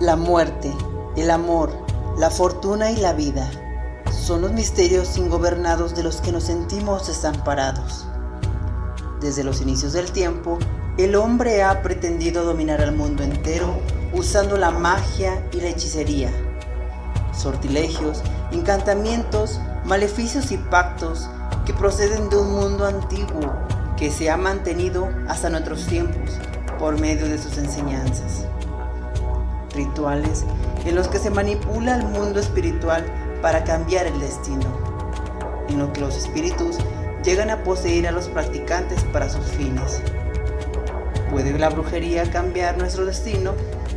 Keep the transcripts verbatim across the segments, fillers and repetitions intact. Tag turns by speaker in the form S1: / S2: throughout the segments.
S1: La muerte, el amor, la fortuna y la vida son los misterios ingobernados de los que nos sentimos desamparados. Desde los inicios del tiempo, el hombre ha pretendido dominar al mundo entero usando la magia y la hechicería, sortilegios, encantamientos, maleficios y pactos que proceden de un mundo antiguo que se ha mantenido hasta nuestros tiempos por medio de sus enseñanzas. Rituales en los que se manipula el mundo espiritual para cambiar el destino, en los que los espíritus llegan a poseer a los practicantes para sus fines. ¿Puede la brujería cambiar nuestro destino?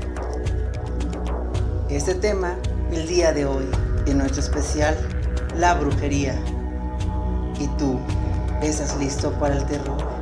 S1: Este tema, el día de hoy, en nuestro especial, la brujería. ¿Y tú, estás listo para el terror?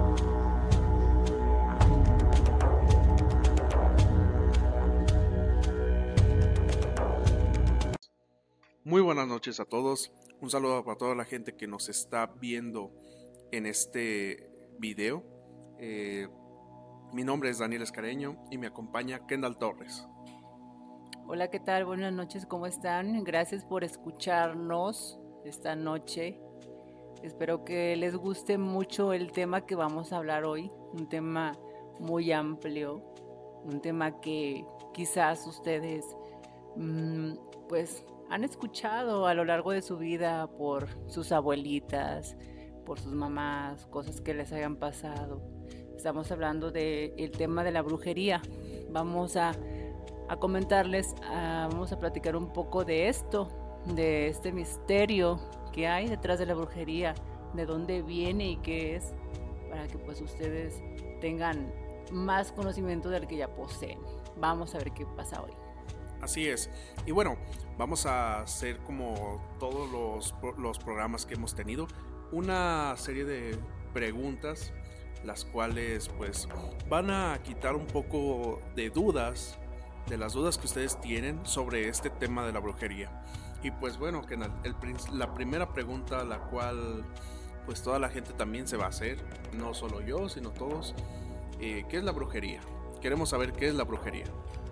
S2: Muy buenas noches a todos, un saludo para toda la gente que nos está viendo en este video. Eh, mi nombre es Daniel Escareño y me acompaña Kendall Torres.
S3: Hola, ¿qué tal? Buenas noches, ¿cómo están? Gracias por escucharnos esta noche. Espero que les guste mucho el tema que vamos a hablar hoy, un tema muy amplio, un tema que quizás ustedes mmm, pues han escuchado a lo largo de su vida por sus abuelitas, por sus mamás, cosas que les hayan pasado. Estamos hablando del tema de la brujería. Vamos a, a comentarles, a, vamos a platicar un poco de esto, de este misterio que hay detrás de la brujería, de dónde viene y qué es, para que pues ustedes tengan más conocimiento del que ya poseen. Vamos a ver qué pasa hoy.
S2: Así es, y bueno, vamos a hacer como todos los, los programas que hemos tenido, una serie de preguntas, las cuales pues van a quitar un poco de dudas, de las dudas que ustedes tienen sobre este tema de la brujería. Y pues bueno, que el, la primera pregunta, la cual pues toda la gente también se va a hacer, no solo yo, sino todos, eh, ¿qué es la brujería? Queremos saber qué es la brujería.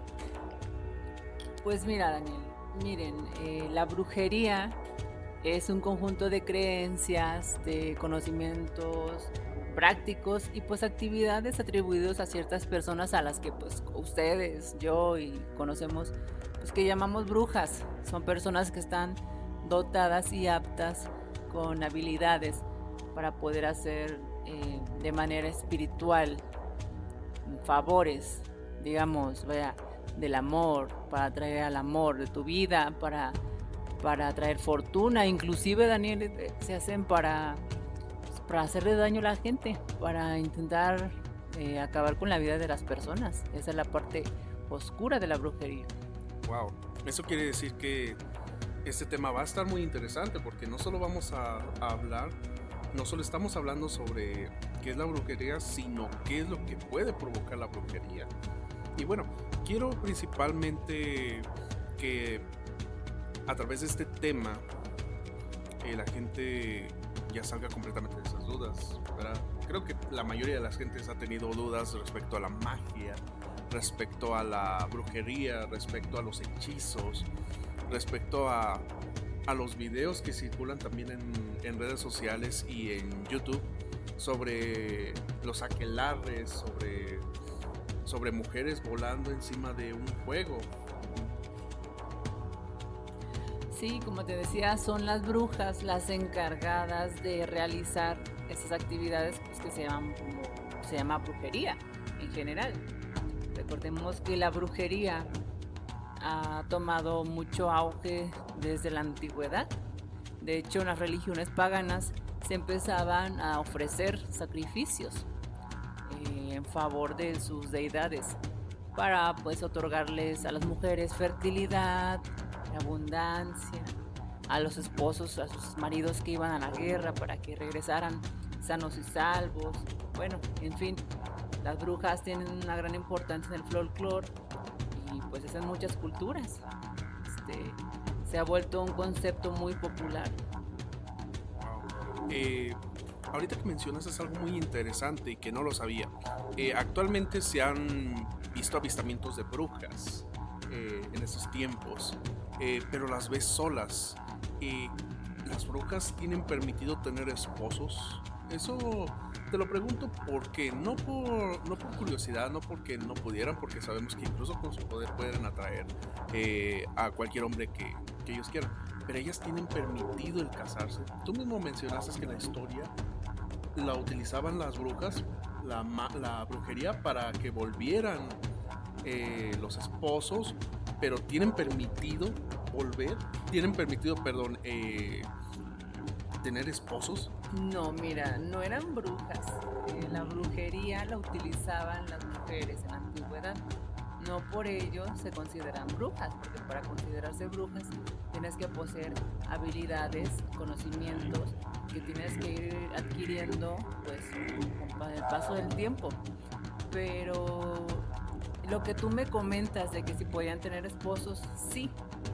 S3: Pues mira, Daniel, miren, eh, la brujería es un conjunto de creencias, de conocimientos prácticos y pues actividades atribuidos a ciertas personas a las que pues ustedes, yo y conocemos, pues que llamamos brujas. Son personas que están dotadas y aptas con habilidades para poder hacer eh, de manera espiritual favores, digamos, vea, del amor, para atraer al amor de tu vida, para, para atraer fortuna. Inclusive, Daniel, se hacen para, para hacerle daño a la gente, para intentar eh, acabar con la vida de las personas. Esa es la parte oscura de la brujería.
S2: Wow, eso quiere decir que este tema va a estar muy interesante, porque no solo vamos a, a hablar, no solo estamos hablando sobre qué es la brujería, sino qué es lo que puede provocar la brujería. Y bueno, quiero principalmente que a través de este tema eh, la gente ya salga completamente de esas dudas, ¿verdad? Creo que la mayoría de las gentes ha tenido dudas respecto a la magia, respecto a la brujería, respecto a los hechizos, respecto a, a los videos que circulan también en, en redes sociales y en YouTube sobre los aquelarres, sobre... sobre mujeres volando encima de un juego.
S3: Sí, como te decía, son las brujas las encargadas de realizar esas actividades pues, que se llaman, se llama brujería en general. Recordemos que la brujería ha tomado mucho auge desde la antigüedad. De hecho, en las religiones paganas se empezaban a ofrecer sacrificios en favor de sus deidades para pues otorgarles a las mujeres fertilidad, abundancia, a los esposos, a sus maridos que iban a la guerra para que regresaran sanos y salvos. Bueno, en fin, las brujas tienen una gran importancia en el folclore y pues es en muchas culturas. Este, se ha vuelto un concepto muy popular.
S2: Wow. Eh, ahorita que mencionas es algo muy interesante y que no lo sabía. Eh, actualmente se han visto avistamientos de brujas eh, en estos tiempos, eh, pero las ves solas. Eh, ¿Las brujas tienen permitido tener esposos? Eso te lo pregunto porque no por, no por curiosidad, no porque no pudieran, porque sabemos que incluso con su poder pueden atraer eh, a cualquier hombre que, que ellos quieran, pero ellas tienen permitido el casarse. Tú mismo mencionaste que en la historia la utilizaban las brujas, la, la brujería, para que volvieran eh, los esposos, pero tienen permitido volver, tienen permitido, perdón, eh, tener esposos.
S3: No, mira, no eran brujas. Eh, la brujería la utilizaban las mujeres en la antigüedad. No por ello se consideran brujas, porque para considerarse brujas tienes que poseer habilidades, conocimientos que tienes que ir adquiriendo pues con el paso del tiempo. Pero lo que tú me comentas de que si podían tener esposos, sí,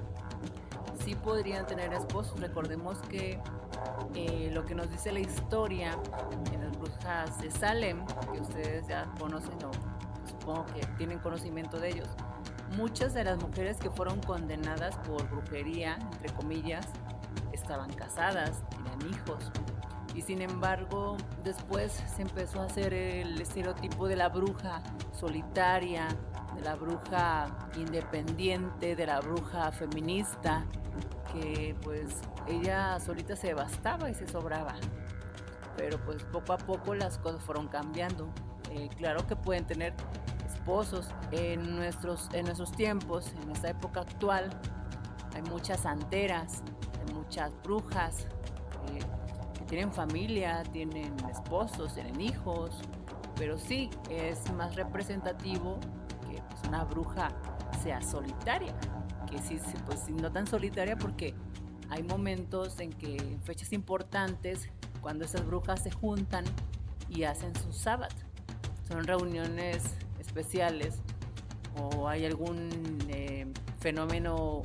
S3: sí podrían tener esposos. Recordemos que eh, lo que nos dice la historia en las brujas de Salem, que ustedes ya conocen o supongo que tienen conocimiento de ellos, muchas de las mujeres que fueron condenadas por brujería, entre comillas, estaban casadas, tenían hijos. Y sin embargo, después se empezó a hacer el estereotipo de la bruja solitaria, de la bruja independiente, de la bruja feminista, que pues ella solita se bastaba y se sobraba. Pero pues poco a poco las cosas fueron cambiando. Eh, claro que pueden tener esposos. En nuestros, en nuestros tiempos, en esta época actual, hay muchas santeras, hay muchas brujas, eh, que tienen familia, tienen esposos, tienen hijos, pero sí, es más representativo que pues, una bruja sea solitaria, que sí, pues no tan solitaria, porque hay momentos en que en fechas importantes, cuando esas brujas se juntan y hacen su sábado, son reuniones especiales, o hay algún eh, fenómeno,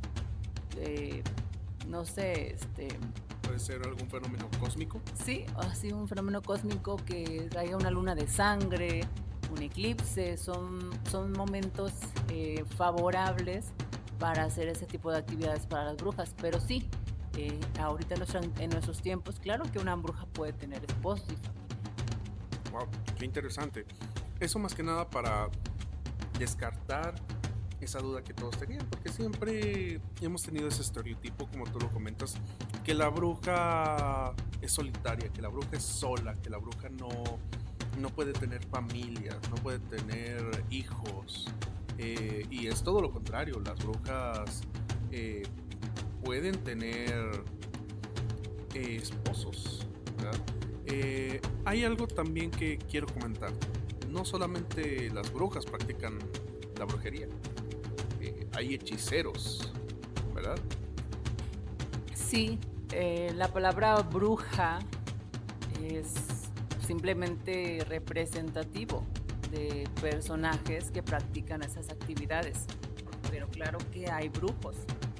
S3: eh, no sé, este...
S2: ¿Puede ser algún fenómeno cósmico?
S3: Sí, así un fenómeno cósmico, que haya una luna de sangre, un eclipse, son, son momentos eh, favorables para hacer ese tipo de actividades para las brujas. Pero sí, eh, ahorita en, nuestra, en nuestros tiempos, claro que una bruja puede tener esposos y familia.
S2: Wow, qué interesante. Eso más que nada para descartar esa duda que todos tenían, porque siempre hemos tenido ese estereotipo, como tú lo comentas, que la bruja es solitaria, que la bruja es sola, que la bruja no, no puede tener familia, no puede tener hijos, eh, y es todo lo contrario. Las brujas eh, pueden tener eh, esposos, ¿verdad? Eh, hay algo también que quiero comentar. No solamente las brujas practican la brujería, eh, hay hechiceros, ¿verdad?
S3: Sí, eh, la palabra bruja es simplemente representativo de personajes que practican esas actividades, pero claro que hay brujos.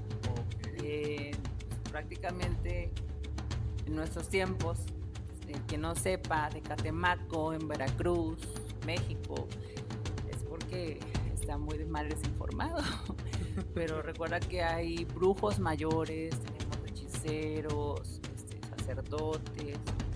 S3: Eh, prácticamente en nuestros tiempos, el que no sepa de Catemaco, en Veracruz, México, es porque está muy mal desinformado. Pero recuerda que hay brujos mayores, tenemos hechiceros, este, sacerdotes.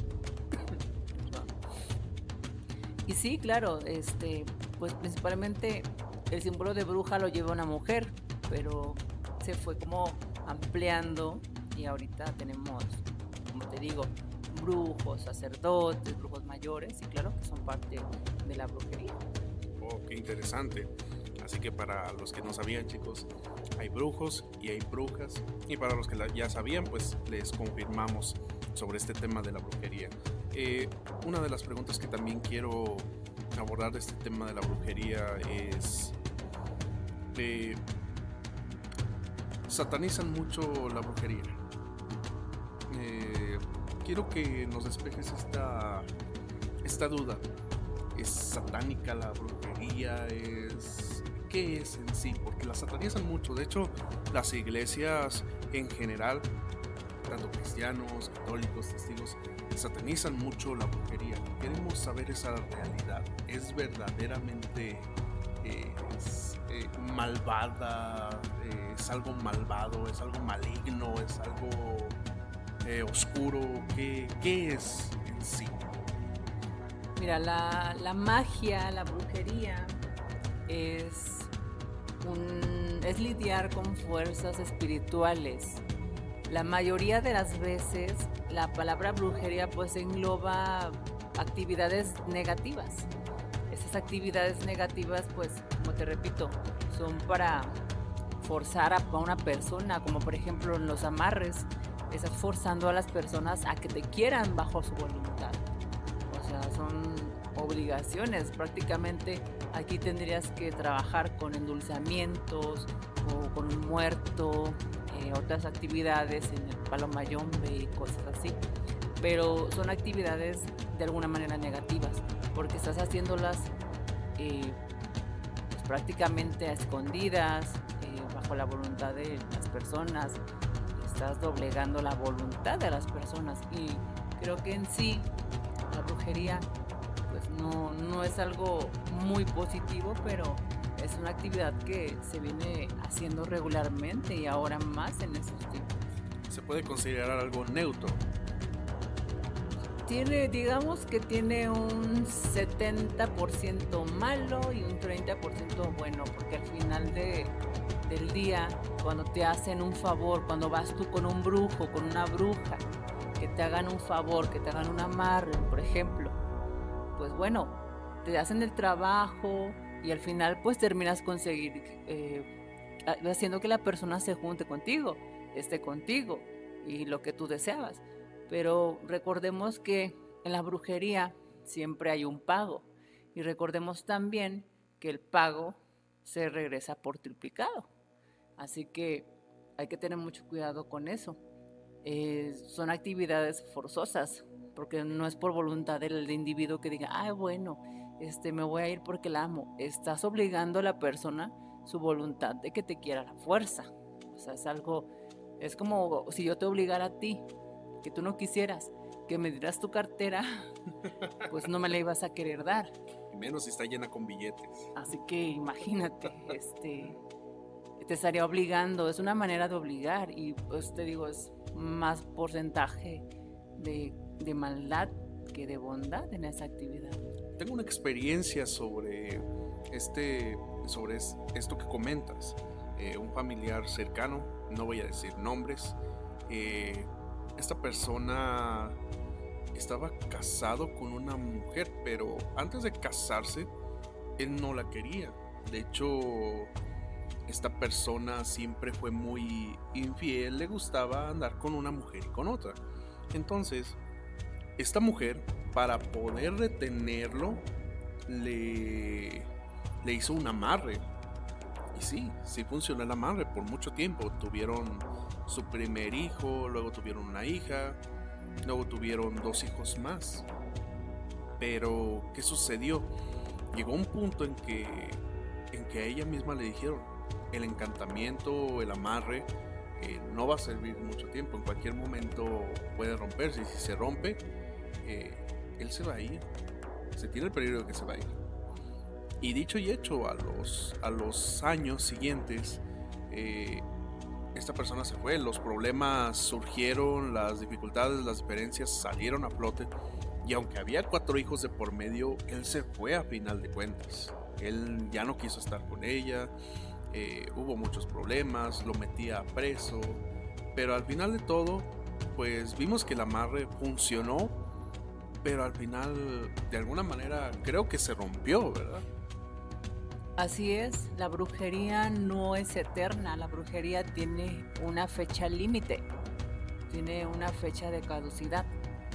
S3: Y sí, claro, este, pues principalmente el símbolo de bruja lo lleva una mujer, pero se fue como ampliando y ahorita tenemos, como te digo, brujos, sacerdotes, brujos mayores, y claro que son parte de la brujería.
S2: Oh, qué interesante. Así que para los que no sabían, chicos, hay brujos y hay brujas, y para los que ya sabían, pues les confirmamos sobre este tema de la brujería. Eh, una de las preguntas que también quiero abordar de este tema de la brujería es eh, satanizan mucho la brujería. Eh, quiero que nos despejes esta, esta duda. ¿Es satánica la brujería? ¿Es... ¿Qué es en sí? Porque la satanizan mucho. De hecho, las iglesias en general, tanto cristianos, católicos, testigos, satanizan mucho la brujería. Queremos saber esa realidad. ¿Es verdaderamente eh, es, eh, malvada, eh, es algo malvado, es algo maligno, es algo eh, oscuro. ¿Qué, ¿Qué es en sí?
S3: Mira, la, la magia, la brujería es, un, es lidiar con fuerzas espirituales. La mayoría de las veces la palabra brujería pues engloba actividades negativas. Esas actividades negativas pues, como te repito, son para forzar a una persona, como por ejemplo en los amarres, estás forzando a las personas a que te quieran bajo su voluntad. O sea, son obligaciones. Prácticamente aquí tendrías que trabajar con endulzamientos o con un muerto, eh, otras actividades en el palo mayombe y cosas así. Pero son actividades de alguna manera negativas, porque estás haciéndolas eh, pues, prácticamente a escondidas, eh, bajo la voluntad de las personas. Estás doblegando la voluntad de las personas, y creo que en sí la brujería pues no, no es algo muy positivo, pero es una actividad que se viene haciendo regularmente y ahora más en estos tiempos.
S2: Se puede considerar algo neutro.
S3: Tiene, digamos que tiene un setenta por ciento malo y un treinta por ciento bueno, porque al final de, del día, cuando te hacen un favor, cuando vas tú con un brujo, con una bruja, que te hagan un favor, que te hagan un amarre, por ejemplo, pues bueno, te hacen el trabajo y al final pues terminas conseguir, eh, haciendo que la persona se junte contigo, esté contigo y lo que tú deseabas. Pero recordemos que en la brujería siempre hay un pago, y recordemos también que el pago se regresa por triplicado, así que hay que tener mucho cuidado con eso. Eh, son actividades forzosas, porque no es por voluntad del individuo que diga, ah, bueno, este, me voy a ir porque la amo. Estás obligando a la persona su voluntad de que te quiera a la fuerza. O sea, es algo, es como si yo te obligara a ti, que tú no quisieras, que me dieras tu cartera, pues no me la ibas a querer dar.
S2: Y menos si está llena con billetes.
S3: Así que imagínate, este, te estaría obligando, es una manera de obligar, y pues te digo, es más porcentaje de, de maldad que de bondad en esa actividad.
S2: Tengo una experiencia sobre este, sobre esto que comentas. Eh, un familiar cercano, no voy a decir nombres, eh, esta persona estaba casado con una mujer, pero antes de casarse, él no la quería. De hecho, esta persona siempre fue muy infiel, le gustaba andar con una mujer y con otra. Entonces, esta mujer, para poder retenerlo, le, le hizo un amarre. Y sí, sí funcionó el amarre por mucho tiempo. Tuvieron su primer hijo, luego tuvieron una hija, luego tuvieron dos hijos más. Pero, ¿qué sucedió? Llegó un punto en que, en que a ella misma le dijeron, el encantamiento, el amarre, eh, no va a servir mucho tiempo. En cualquier momento puede romperse, y si se rompe, eh, él se va a ir. Se tiene el peligro de que se va a ir. Y dicho y hecho, a los, a los años siguientes, eh, esta persona se fue, los problemas surgieron, las dificultades, las diferencias salieron a flote, y aunque había cuatro hijos de por medio, él se fue a final de cuentas. Él ya no quiso estar con ella, eh, hubo muchos problemas, lo metía preso, pero al final de todo, pues vimos que el amarre funcionó, pero al final, de alguna manera, creo que se rompió, ¿verdad?
S3: Así es, la brujería no es eterna, la brujería tiene una fecha límite, tiene una fecha de caducidad.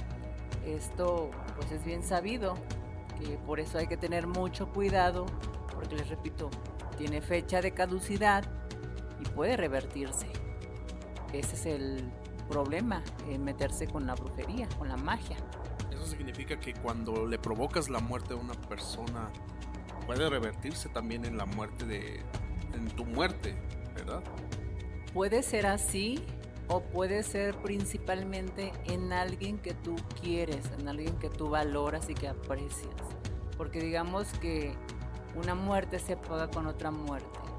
S3: Esto pues es bien sabido, que por eso hay que tener mucho cuidado, porque les repito, tiene fecha de caducidad y puede revertirse. Ese es el problema, en meterse con la brujería, con la magia.
S2: Eso significa que cuando le provocas la muerte a una persona, puede revertirse también en la muerte de, en tu muerte, ¿verdad?
S3: Puede ser así, o puede ser principalmente en alguien que tú quieres, en alguien que tú valoras y que aprecias. Porque digamos que una muerte se paga con otra muerte.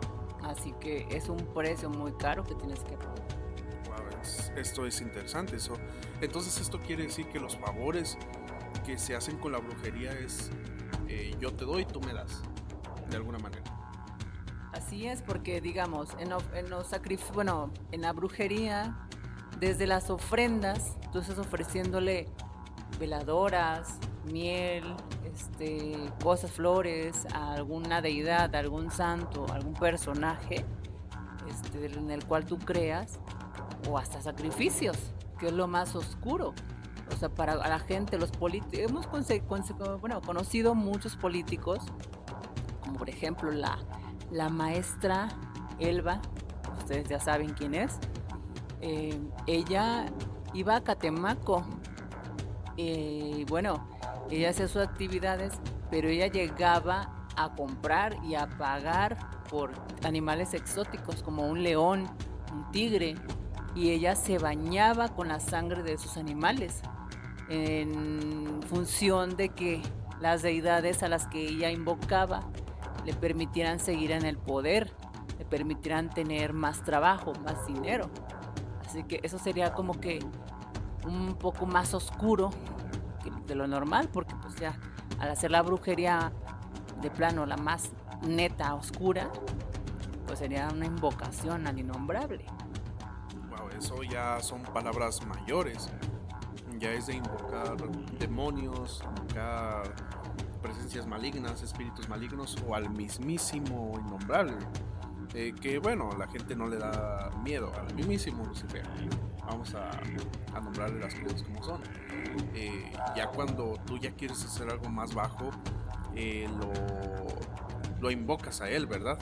S3: Así que es un precio muy caro que tienes que pagar.
S2: Wow, es- esto es interesante. Eso. Entonces esto quiere decir que los favores que se hacen con la brujería es eh, yo te doy, tú me das, de alguna manera.
S3: Así es, porque digamos, en, of- en los sacrificios, bueno, en la brujería, desde las ofrendas, tú estás ofreciéndole veladoras, miel, este, cosas, flores, a alguna deidad, a algún santo, a algún personaje, este, en el cual tú creas, o hasta sacrificios, que es lo más oscuro. O sea, para la gente, los políticos, hemos conse- conse- bueno, conocido muchos políticos, como por ejemplo la, la maestra Elba, ustedes ya saben quién es. Eh, ella iba a Catemaco, eh, y bueno, ella hacía sus actividades, pero ella llegaba a comprar y a pagar por animales exóticos como un león, un tigre, y ella se bañaba con la sangre de esos animales en función de que las deidades a las que ella invocaba le permitieran seguir en el poder, le permitieran tener más trabajo, más dinero. Así que eso sería como que un poco más oscuro que de lo normal, porque pues ya al hacer la brujería de plano la más neta, oscura, pues sería una invocación al innombrable.
S2: Wow, eso ya son palabras mayores. Ya es de invocar demonios, invocar presencias malignas, espíritus malignos o al mismísimo innombrable. Eh, que bueno, la gente no le da miedo al mismísimo Lucifer. Vamos a, a nombrarle las cosas como son. Eh, ya cuando tú ya quieres hacer algo más bajo, eh, lo, lo invocas a él, ¿verdad?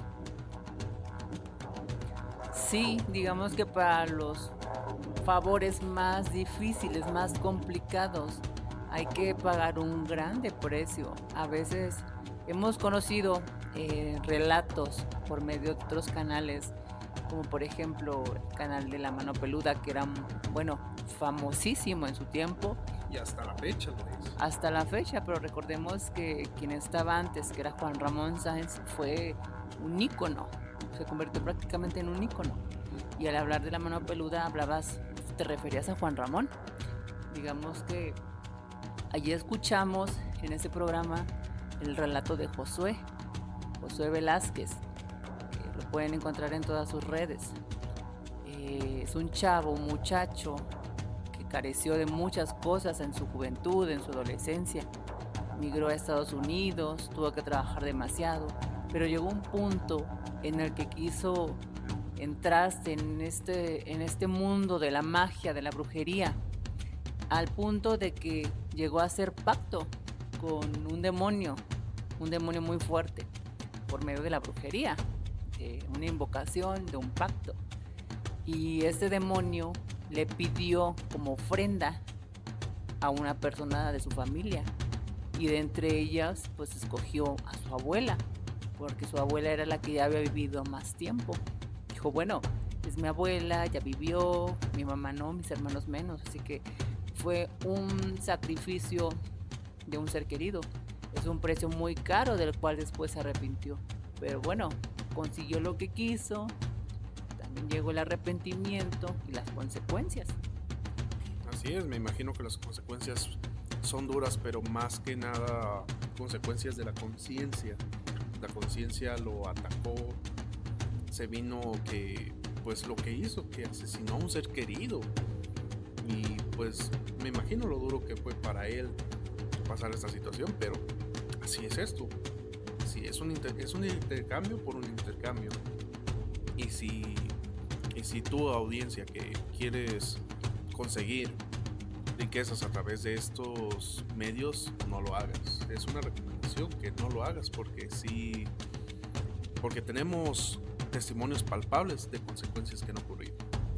S3: Sí, digamos que para los favores más difíciles, más complicados, hay que pagar un grande precio. A veces hemos conocido eh, relatos por medio de otros canales, como por ejemplo el canal de La Mano Peluda, que era, bueno, famosísimo en su tiempo,
S2: Y hasta la fecha lo es.
S3: hasta la fecha, pero recordemos que quien estaba antes, que era Juan Ramón Sáenz, fue un ícono, se convirtió prácticamente en un ícono. Y al hablar de La Mano Peluda, hablabas, te referías a Juan Ramón. Digamos que allí escuchamos en ese programa el relato de Josué, Josué Velázquez, que lo pueden encontrar en todas sus redes. Eh, es un chavo, un muchacho que careció de muchas cosas en su juventud, en su adolescencia. Migró a Estados Unidos, tuvo que trabajar demasiado, pero llegó un punto en el que quiso entrar en este, en este mundo de la magia, de la brujería, al punto de que llegó a hacer pacto con un demonio, un demonio muy fuerte, por medio de la brujería, de una invocación, de un pacto. Y este demonio le pidió como ofrenda a una persona de su familia, y de entre ellas pues escogió a su abuela, porque su abuela era la que ya había vivido más tiempo. Dijo, bueno, es mi abuela, ya vivió, mi mamá no, mis hermanos menos, así que fue un sacrificio de un ser querido. Es un precio muy caro del cual después se arrepintió, pero bueno, consiguió lo que quiso. También llegó el arrepentimiento y las consecuencias.
S2: Así es, me imagino que las consecuencias son duras, pero más que nada consecuencias de la conciencia. La conciencia lo atacó, se vino que, pues lo que hizo, que asesinó a un ser querido. Y pues me imagino lo duro que fue para él pasar esta situación, pero así es esto. Sí, es un, inter- es un intercambio por un intercambio. Y si, y si tu audiencia que quieres conseguir riquezas a través de estos medios, no lo hagas. Es una recomendación que no lo hagas, porque sí, porque tenemos testimonios palpables de consecuencias que han ocurrido.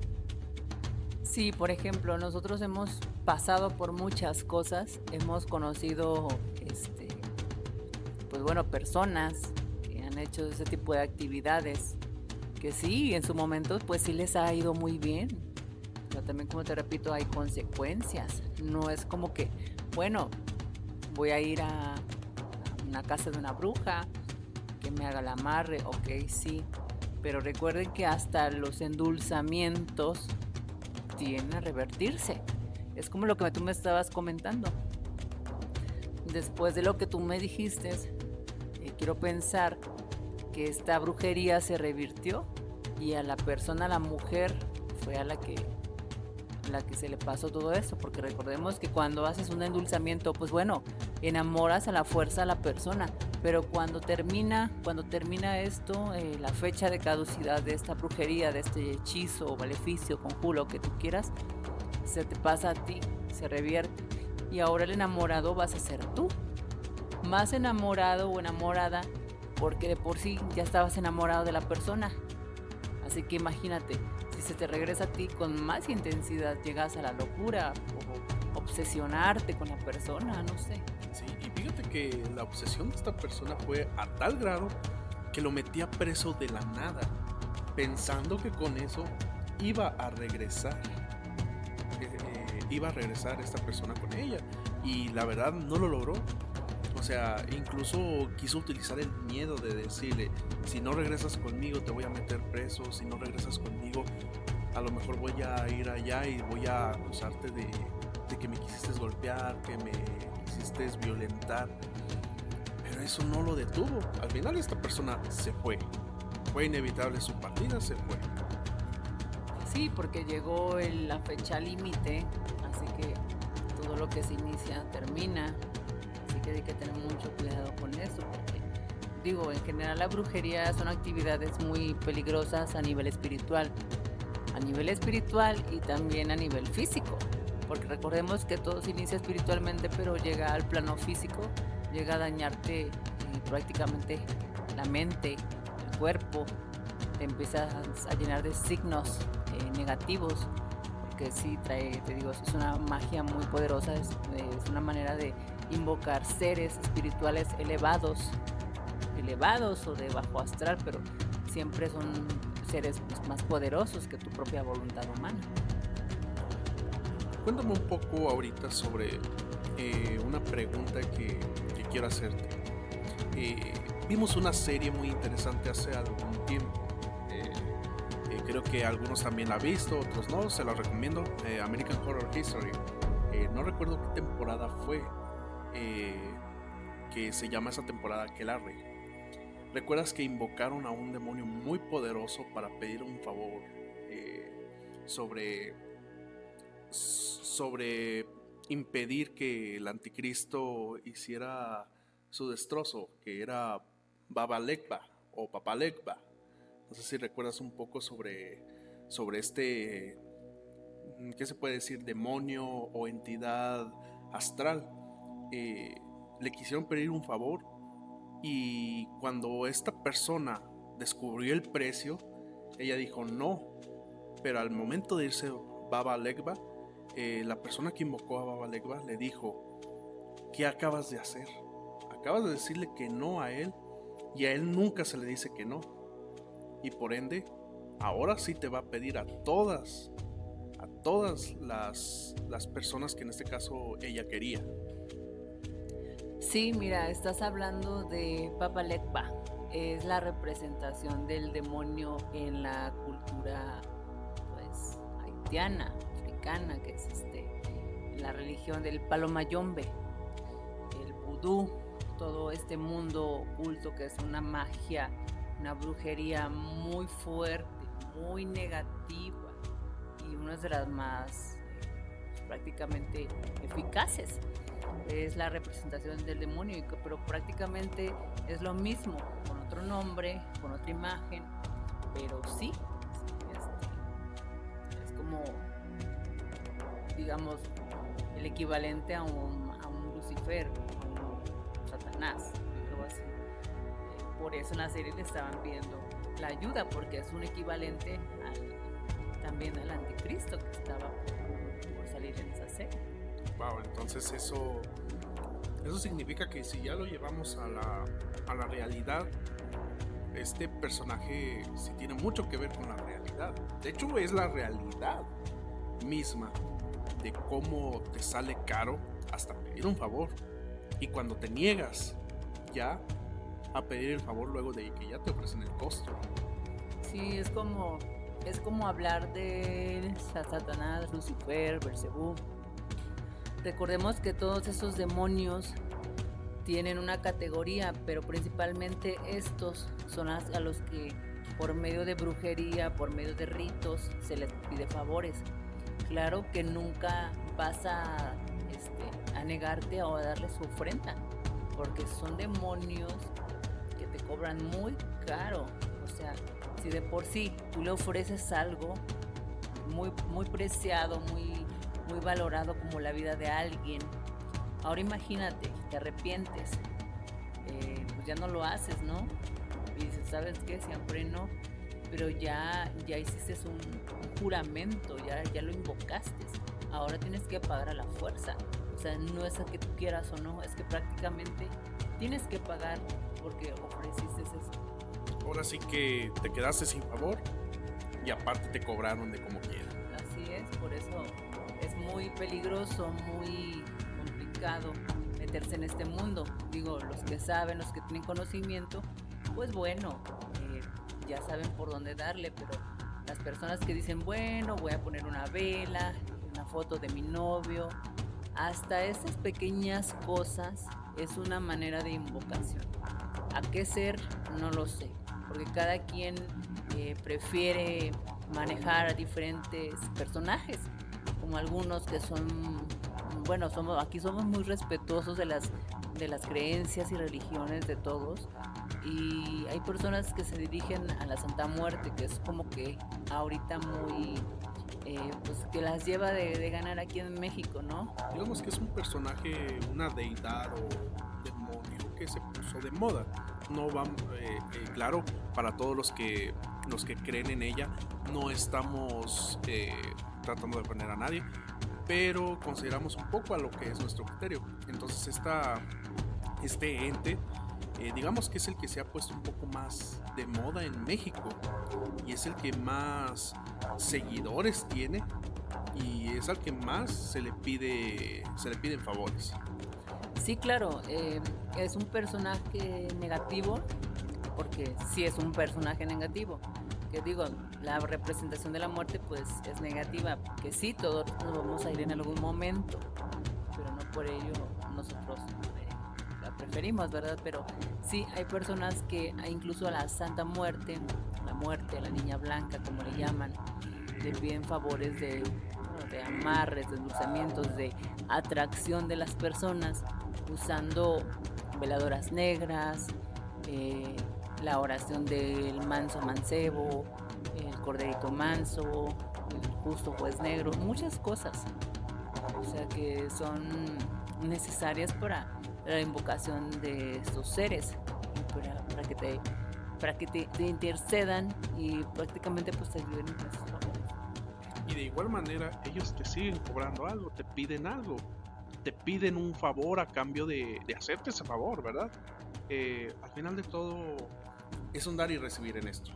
S3: Sí, por ejemplo, nosotros hemos pasado por muchas cosas, hemos conocido, este, pues bueno, personas que han hecho ese tipo de actividades, que sí, en su momento, pues sí les ha ido muy bien, pero también, como te repito, hay consecuencias. No es como que, bueno, voy a ir a, a una casa de una bruja que me haga el amarre, ok, sí, Pero recuerden que hasta los endulzamientos tienden a revertirse. Es como lo que tú me estabas comentando. Después de lo que tú me dijiste, eh, quiero pensar que esta brujería se revirtió y a la persona, a la mujer, fue a la que, la que se le pasó todo eso. Porque recordemos que cuando haces un endulzamiento, pues bueno, enamoras a la fuerza a la persona. Pero cuando termina, cuando termina esto, eh, la fecha de caducidad de esta brujería, de este hechizo o maleficio, conjuro, que tú quieras, se te pasa a ti, se revierte. Y ahora el enamorado vas a ser tú. Más enamorado o enamorada, porque de por sí ya estabas enamorado de la persona. Así que imagínate, si se te regresa a ti con más intensidad, llegas a la locura o obsesionarte con la persona, no sé.
S2: Sí, y fíjate que la obsesión de esta persona fue a tal grado que lo metía preso de la nada, pensando que con eso iba a regresar. Eh, eh, iba a regresar esta persona con ella, y la verdad no lo logró. O sea, incluso quiso utilizar el miedo de decirle: si no regresas conmigo te voy a meter preso, si no regresas conmigo a lo mejor voy a ir allá y voy a acusarte de, de que me quisiste golpear, que me quisiste violentar. Pero eso no lo detuvo. Al final esta persona se fue. Fue inevitable su partida, se fue.
S3: Sí, porque llegó el, la fecha límite, así que todo lo que se inicia termina. Así que hay que tener mucho cuidado con eso, porque digo, en general la brujería son actividades muy peligrosas a nivel espiritual, a nivel espiritual y también a nivel físico, porque recordemos que todo se inicia espiritualmente, pero llega al plano físico, llega a dañarte eh, prácticamente la mente, el cuerpo, te empiezas a llenar de signos eh, negativos, porque sí trae, te digo, es una magia muy poderosa, es, es una manera de invocar seres espirituales elevados, elevados o de bajo astral, pero siempre son seres pues, más poderosos que tu propia voluntad humana.
S2: Cuéntame un poco ahorita sobre eh, una pregunta que, que quiero hacerte. Eh, vimos una serie muy interesante hace algún tiempo. Eh, eh, creo que algunos también la han visto, otros no, se la recomiendo. Eh, American Horror History. Eh, no recuerdo qué temporada fue, eh, que se llama esa temporada Aquelarre. ¿Recuerdas que invocaron a un demonio muy poderoso para pedir un favor eh, sobre, sobre impedir que el anticristo hiciera su destrozo, que era Baba Legba o Papá Legba? No sé si recuerdas un poco sobre, sobre este, ¿qué se puede decir? Demonio o entidad astral. Eh, le quisieron pedir un favor, y cuando esta persona descubrió el precio, ella dijo no. Pero al momento de irse Baba Legba, eh, la persona que invocó a Baba Legba le dijo: ¿qué acabas de hacer? Acabas de decirle que no a él, y a él nunca se le dice que no, y por ende ahora sí te va a pedir a todas a todas las, las personas que en este caso ella quería.
S3: Sí, mira, estás hablando de Baba Legba. Es la representación del demonio en la cultura pues haitiana, africana, que es este, la religión del Palo Mayombe, el vudú, todo este mundo oculto que es una magia, una brujería muy fuerte, muy negativa y una de las más eh, prácticamente eficaces. Es la representación del demonio, pero prácticamente es lo mismo, con otro nombre, con otra imagen, pero sí, es, es como, digamos, el equivalente a un, a un Lucifer, a un Satanás, algo así. Por eso en la serie le estaban pidiendo la ayuda, porque es un equivalente al, también al anticristo que estaba por, por salir en esa serie.
S2: Wow, entonces eso, eso significa que si ya lo llevamos a la, a la realidad, este personaje sí tiene mucho que ver con la realidad. De hecho, es la realidad misma de cómo te sale caro hasta pedir un favor. Y cuando te niegas ya a pedir el favor luego de que ya te ofrecen el costo.
S3: Sí, es como, es como hablar de Satanás, Lucifer, Belcebú. Recordemos que todos esos demonios tienen una categoría, pero principalmente estos son a, a los que por medio de brujería, por medio de ritos, se les pide favores. Claro que nunca vas a, este, a negarte o a darle su ofrenda, porque son demonios que te cobran muy caro. O sea, si de por sí tú le ofreces algo muy, muy preciado, muy, muy valorado como la vida de alguien, ahora imagínate, te arrepientes, eh, pues ya no lo haces, ¿no? Y dices, ¿sabes qué? Siempre no, pero ya, ya hiciste un, un juramento, ya, ya lo invocaste, ahora tienes que pagar a la fuerza. O sea, no es a que tú quieras o no, es que prácticamente tienes que pagar porque ofreciste eso.
S2: Ahora sí que te quedaste sin favor y aparte te cobraron de como quiera.
S3: Así es, por eso es muy peligroso, muy complicado meterse en este mundo. Digo, los que saben, los que tienen conocimiento, pues bueno, eh, ya saben por dónde darle, pero las personas que dicen, bueno, voy a poner una vela, una foto de mi novio, hasta esas pequeñas cosas es una manera de invocación. ¿A qué ser? No lo sé, porque cada quien eh, prefiere manejar a diferentes personajes, como algunos que son, bueno, somos aquí somos muy respetuosos de las, de las creencias y religiones de todos, y hay personas que se dirigen a la Santa Muerte, que es como que ahorita muy, eh, pues que las lleva de, de ganar aquí en México, ¿no?
S2: Digamos que es un personaje, una deidad o demonio que se puso de moda. No va, eh, eh, claro, para todos los que los que creen en ella, no estamos eh, tratando de poner a nadie, pero consideramos un poco a lo que es nuestro criterio. Entonces esta, este ente, eh, digamos que es el que se ha puesto un poco más de moda en México y es el que más seguidores tiene y es al que más se le pide, se le piden favores.
S3: Sí, claro, eh, es un personaje negativo, porque sí es un personaje negativo. Que digo, la representación de la muerte pues es negativa, que sí, todos nos vamos a ir en algún momento, pero no por ello nosotros eh, la preferimos, ¿verdad? Pero sí, hay personas que incluso a la Santa Muerte, la muerte, a la niña blanca, como le llaman, le piden favores de, bueno, de amarres, de endulzamientos, de atracción de las personas, usando veladoras negras, eh, la oración del manso mancebo, el corderito manso, el justo juez negro, muchas cosas, o sea que son necesarias para la invocación de estos seres, para, para que te para que te, te intercedan y prácticamente pues te ayuden en esos favores.
S2: Y de igual manera ellos te siguen cobrando algo, te piden algo, te piden un favor a cambio de, de hacerte ese favor, ¿verdad? Eh, al final de todo es un dar y recibir en esto.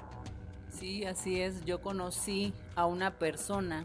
S3: Sí, así es. Yo conocí a una persona,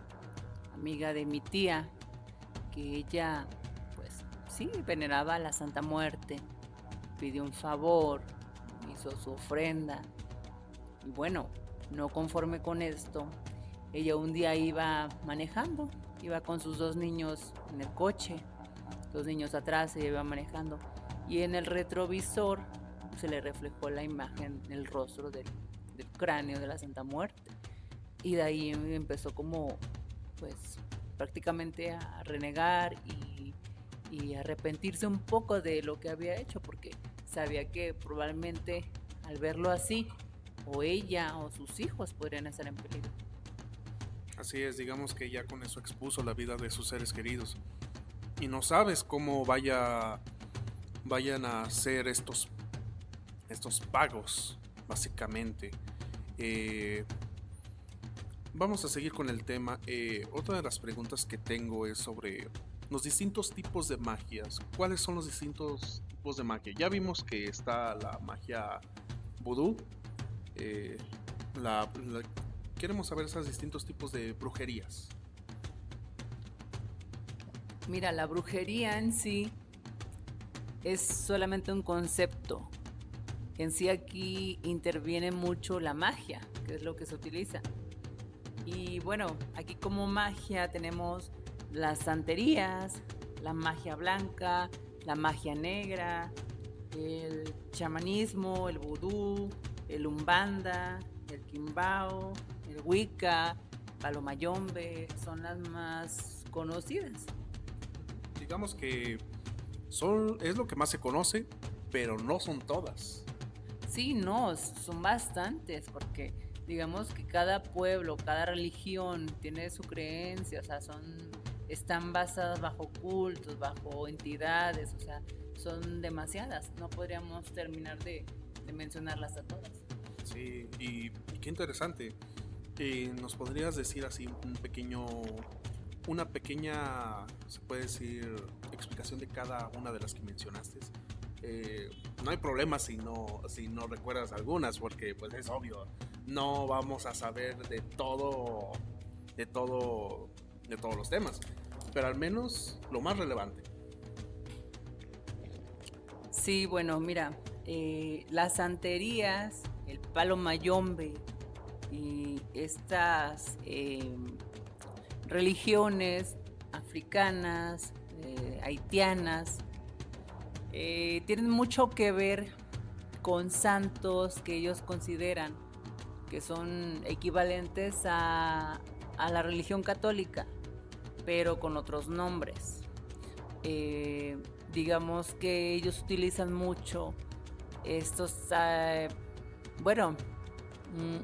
S3: amiga de mi tía, que ella, pues sí, veneraba a la Santa Muerte, pidió un favor, hizo su ofrenda. Y bueno, no conforme con esto, ella un día iba manejando, iba con sus dos niños en el coche, dos niños atrás, ella iba manejando, y en el retrovisor se le reflejó la imagen, el rostro del, del cráneo de la Santa Muerte, y de ahí empezó como, pues, prácticamente a renegar y, y arrepentirse un poco de lo que había hecho, porque sabía que probablemente al verlo así, o ella o sus hijos podrían estar en peligro.
S2: Así es, digamos que ya con eso expuso la vida de sus seres queridos. Y no sabes cómo vaya, vayan a ser estos, estos pagos, básicamente. Eh, vamos a seguir con el tema. Eh, otra de las preguntas que tengo es sobre los distintos tipos de magias. ¿Cuáles son los distintos tipos de magia? Ya vimos que está la magia vudú. Eh, la, la, queremos saber esos distintos tipos de brujerías.
S3: Mira, la brujería en sí es solamente un concepto. En sí aquí interviene mucho la magia, que es lo que se utiliza. Y bueno, aquí como magia tenemos las santerías, la magia blanca, la magia negra, el chamanismo, el vudú, el umbanda, el quimbao, el wicca, palo mayombe, son las más conocidas.
S2: Digamos que son, es lo que más se conoce, pero no son todas.
S3: Sí, no, son bastantes, porque digamos que cada pueblo, cada religión tiene su creencia, o sea, son, están basadas bajo cultos, bajo entidades, o sea, son demasiadas, no podríamos terminar de, de mencionarlas a todas.
S2: Sí, y, y qué interesante. Eh, ¿Nos podrías decir así un pequeño, una pequeña, se puede decir, explicación de cada una de las que mencionaste? Eh, no hay problema si no, si no recuerdas algunas, porque pues es obvio, no vamos a saber de todo, de todo, de todos los temas, pero al menos lo más relevante.
S3: Sí, bueno, mira, eh, las santerías, el palo mayombe y estas eh, religiones africanas, eh, haitianas, eh, tienen mucho que ver con santos que ellos consideran que son equivalentes a, a la religión católica, pero con otros nombres. Eh, digamos que ellos utilizan mucho estos, uh, bueno, mmm,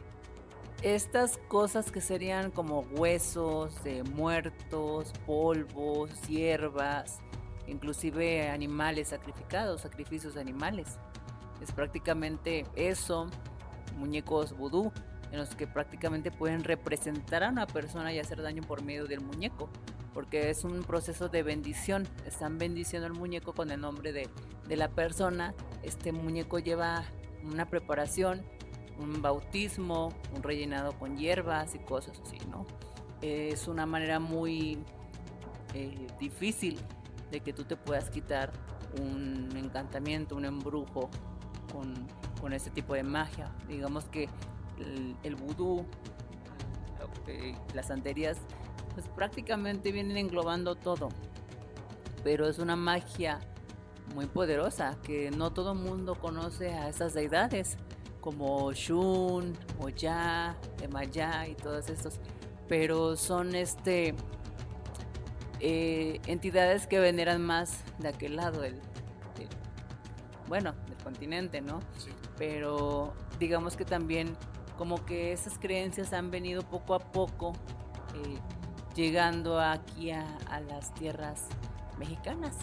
S3: estas cosas que serían como huesos de muertos, polvos, hierbas, inclusive animales sacrificados, sacrificios de animales. Es prácticamente eso, muñecos vudú, en los que prácticamente pueden representar a una persona y hacer daño por medio del muñeco, porque es un proceso de bendición. Están bendiciendo al muñeco con el nombre de, de la persona. Este muñeco lleva una preparación, un bautismo, un rellenado con hierbas y cosas así, ¿no? Es una manera muy eh, difícil de que tú te puedas quitar un encantamiento, un embrujo con, con este tipo de magia. Digamos que el, el vudú, eh, las santerías, pues prácticamente vienen englobando todo, pero es una magia muy poderosa que no todo el mundo conoce a esas deidades como Shun, Oya, Emayá y todos estos, pero son este eh, entidades que veneran más de aquel lado del, del bueno, del continente, ¿no?
S2: Sí.
S3: Pero digamos que también como que esas creencias han venido poco a poco eh, llegando aquí a, a las tierras mexicanas,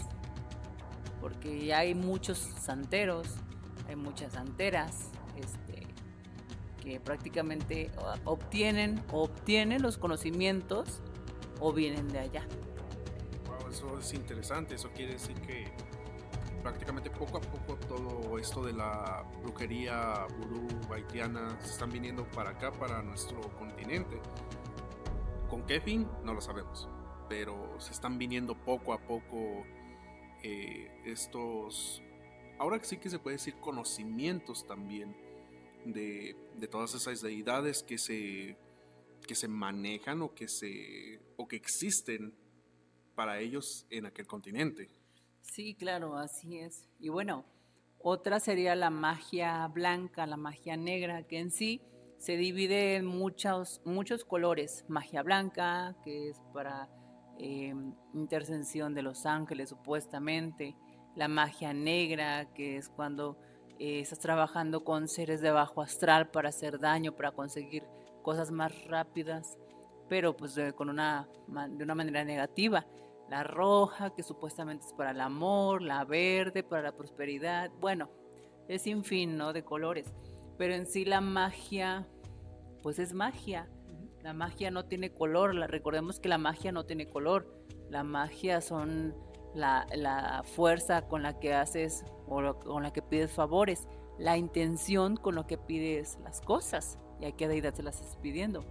S3: porque ya hay muchos santeros, hay muchas santeras este, que prácticamente obtienen, obtienen los conocimientos o vienen de allá.
S2: Wow, eso es interesante. Eso quiere decir que prácticamente poco a poco todo esto de la brujería vudú haitiana se están viniendo para acá, para nuestro continente. ¿Con qué fin? No lo sabemos, pero se están viniendo poco a poco eh, estos, ahora sí que se puede decir conocimientos también de, de todas esas deidades que se, que se manejan o que, se, o que existen para ellos en aquel continente.
S3: Sí, claro, así es. Y bueno, otra sería la magia blanca, la magia negra, que en sí se divide en muchos, muchos colores. Magia blanca, que es para eh, intercesión de los ángeles supuestamente. La magia negra, que es cuando eh, estás trabajando con seres de bajo astral para hacer daño, para conseguir cosas más rápidas, pero pues de, con una, de una manera negativa. La roja, que supuestamente es para el amor, la verde para la prosperidad. Bueno, es sin fin, ¿no? De colores. Pero en sí la magia, pues es magia. La magia no tiene color. La, recordemos que la magia no tiene color. La magia son la, la fuerza con la que haces o lo, con la que pides favores. La intención con lo que pides las cosas. Y a qué deidad se las estás pidiendo.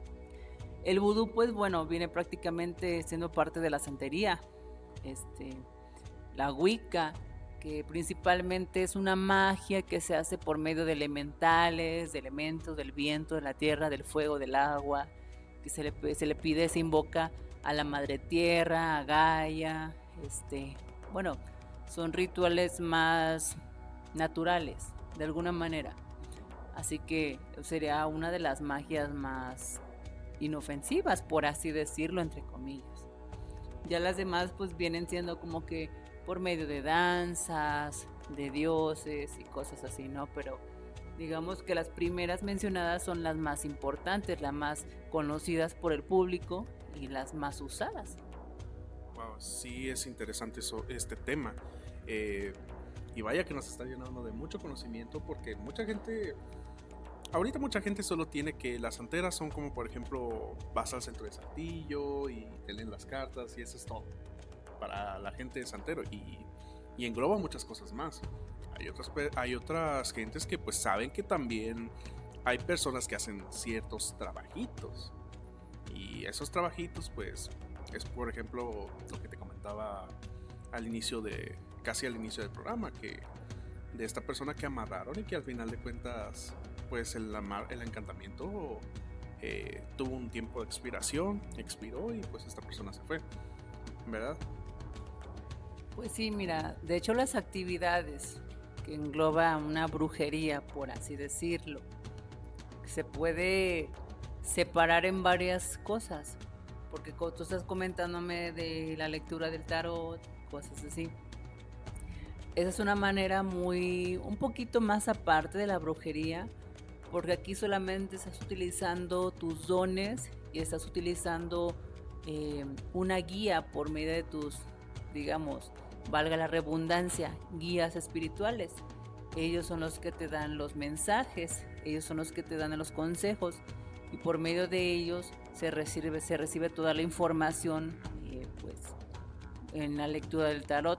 S3: El vudú, pues bueno, viene prácticamente siendo parte de la santería. Este, la wicca que principalmente es una magia que se hace por medio de elementales, de elementos, del viento, de la tierra, del fuego, del agua, que se le, se le pide, se invoca a la madre tierra, a Gaia, este, bueno, son rituales más naturales, de alguna manera. Así que sería una de las magias más inofensivas, por así decirlo, entre comillas. Ya las demás pues vienen siendo como que por medio de danzas, de dioses y cosas así, ¿no? Pero digamos que las primeras mencionadas son las más importantes, las más conocidas por el público y las más usadas.
S2: Wow, sí es interesante eso, este tema. Eh, y vaya que nos está llenando de mucho conocimiento, porque mucha gente, ahorita mucha gente solo tiene que las santeras son como, por ejemplo, vas al centro de Saltillo y te leen las cartas y eso es todo para la gente de santero, y, y engloba muchas cosas más. Hay otras, hay otras gentes que pues saben que también hay personas que hacen ciertos trabajitos, y esos trabajitos pues es, por ejemplo, lo que te comentaba al inicio de, casi al inicio del programa, que de esta persona que amarraron y que al final de cuentas pues el, amar, el encantamiento eh, tuvo un tiempo de expiración, expiró y pues esta persona se fue, ¿verdad?
S3: Pues sí, mira, de hecho las actividades que engloba una brujería, por así decirlo, se puede separar en varias cosas, porque como tú estás comentándome de la lectura del tarot, cosas así, esa es una manera muy, un poquito más aparte de la brujería, porque aquí solamente estás utilizando tus dones y estás utilizando eh, una guía por medio de tus, digamos, valga la redundancia, guías espirituales. Ellos son los que te dan los mensajes, ellos son los que te dan los consejos, y por medio de ellos se recibe, se recibe toda la información eh, pues, en la lectura del tarot.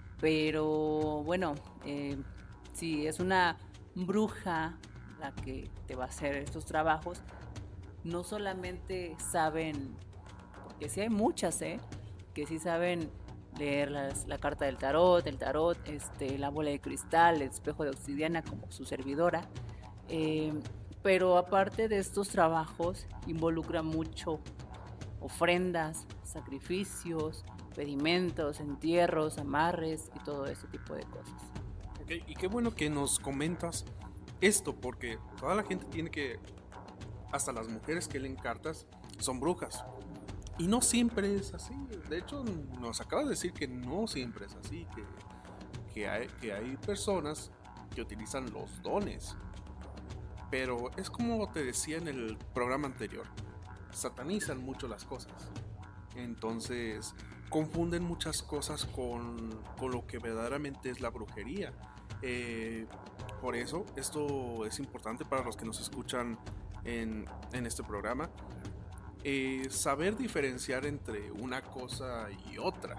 S3: Pero bueno, eh, si es una bruja la que te va a hacer estos trabajos, no solamente saben, porque sí hay muchas, ¿eh? que sí saben leer las, la carta del tarot, el tarot, este, la bola de cristal, el espejo de obsidiana, como su servidora, eh, pero aparte de estos trabajos involucra mucho ofrendas, sacrificios, pedimentos, entierros, amarres y todo ese tipo de cosas.
S2: Ok, y qué bueno que nos comentas esto, porque toda la gente tiene que, hasta las mujeres que leen cartas son brujas. Y no siempre es así. De hecho, nos acaba de decir que no siempre es así, que, que, hay, que hay personas que utilizan los dones. Pero es como te decía en el programa anterior, satanizan mucho las cosas. Entonces, confunden muchas cosas con, con lo que verdaderamente es la brujería. Eh, por eso, esto es importante para los que nos escuchan en, en este programa. Eh, saber diferenciar entre una cosa y otra.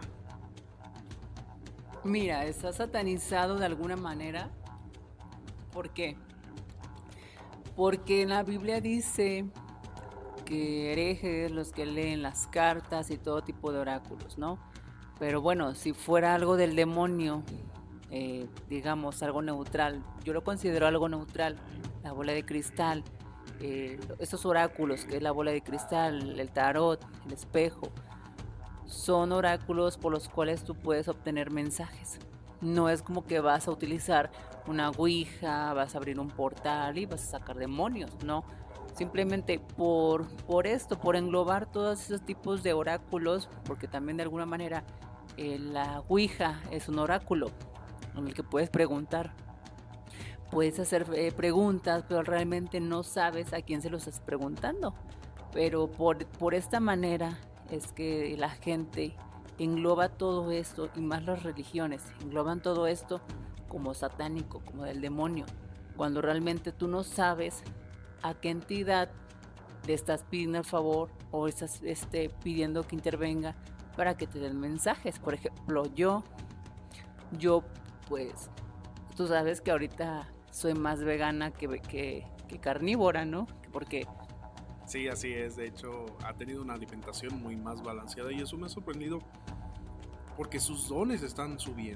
S3: Mira, está satanizado de alguna manera. ¿Por qué? Porque en la Biblia dice que herejes los que leen las cartas y todo tipo de oráculos, ¿no? Pero bueno, si fuera algo del demonio, eh, digamos algo neutral, yo lo considero algo neutral, la bola de cristal, eh, esos oráculos que es la bola de cristal, el tarot, el espejo, son oráculos por los cuales tú puedes obtener mensajes. No es como que vas a utilizar una ouija, vas a abrir un portal y vas a sacar demonios, no. Simplemente por, por esto, por englobar todos esos tipos de oráculos, porque también de alguna manera eh, la ouija es un oráculo en el que puedes preguntar. Puedes hacer eh, preguntas, pero realmente no sabes a quién se lo estás preguntando. Pero por, por esta manera es que la gente engloba todo esto, y más las religiones, engloban todo esto como satánico, como del demonio, cuando realmente tú no sabes a qué entidad le estás pidiendo el favor o estás este, pidiendo que intervenga para que te den mensajes. Por ejemplo, yo, yo pues, tú sabes que ahorita soy más vegana que, que, que carnívora, ¿no? Porque...
S2: Sí, así es. De hecho, ha tenido una alimentación muy más balanceada y eso me ha sorprendido porque sus dones están subiendo.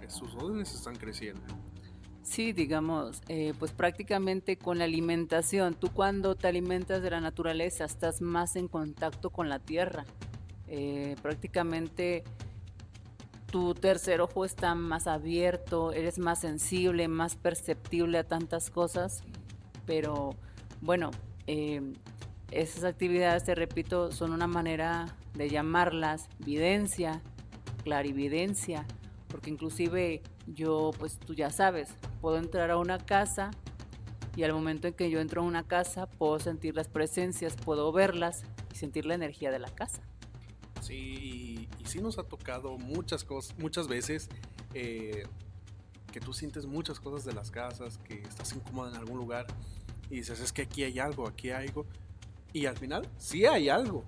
S2: sus dones están creciendo.
S3: Sí, digamos, eh, pues prácticamente con la alimentación, tú cuando te alimentas de la naturaleza estás más en contacto con la tierra. Eh, prácticamente tu tercer ojo está más abierto, eres más sensible, más perceptible a tantas cosas, pero bueno, eh, esas actividades, te repito, son una manera de llamarlas videncia, clarividencia, porque inclusive yo, pues tú ya sabes, puedo entrar a una casa y al momento en que yo entro a una casa puedo sentir las presencias, puedo verlas y sentir la energía de la casa.
S2: Sí, y, y sí nos ha tocado muchas cosas, muchas veces eh, que tú sientes muchas cosas de las casas, que estás incómoda en algún lugar y dices, es que aquí hay algo, aquí hay algo, y al final sí hay algo.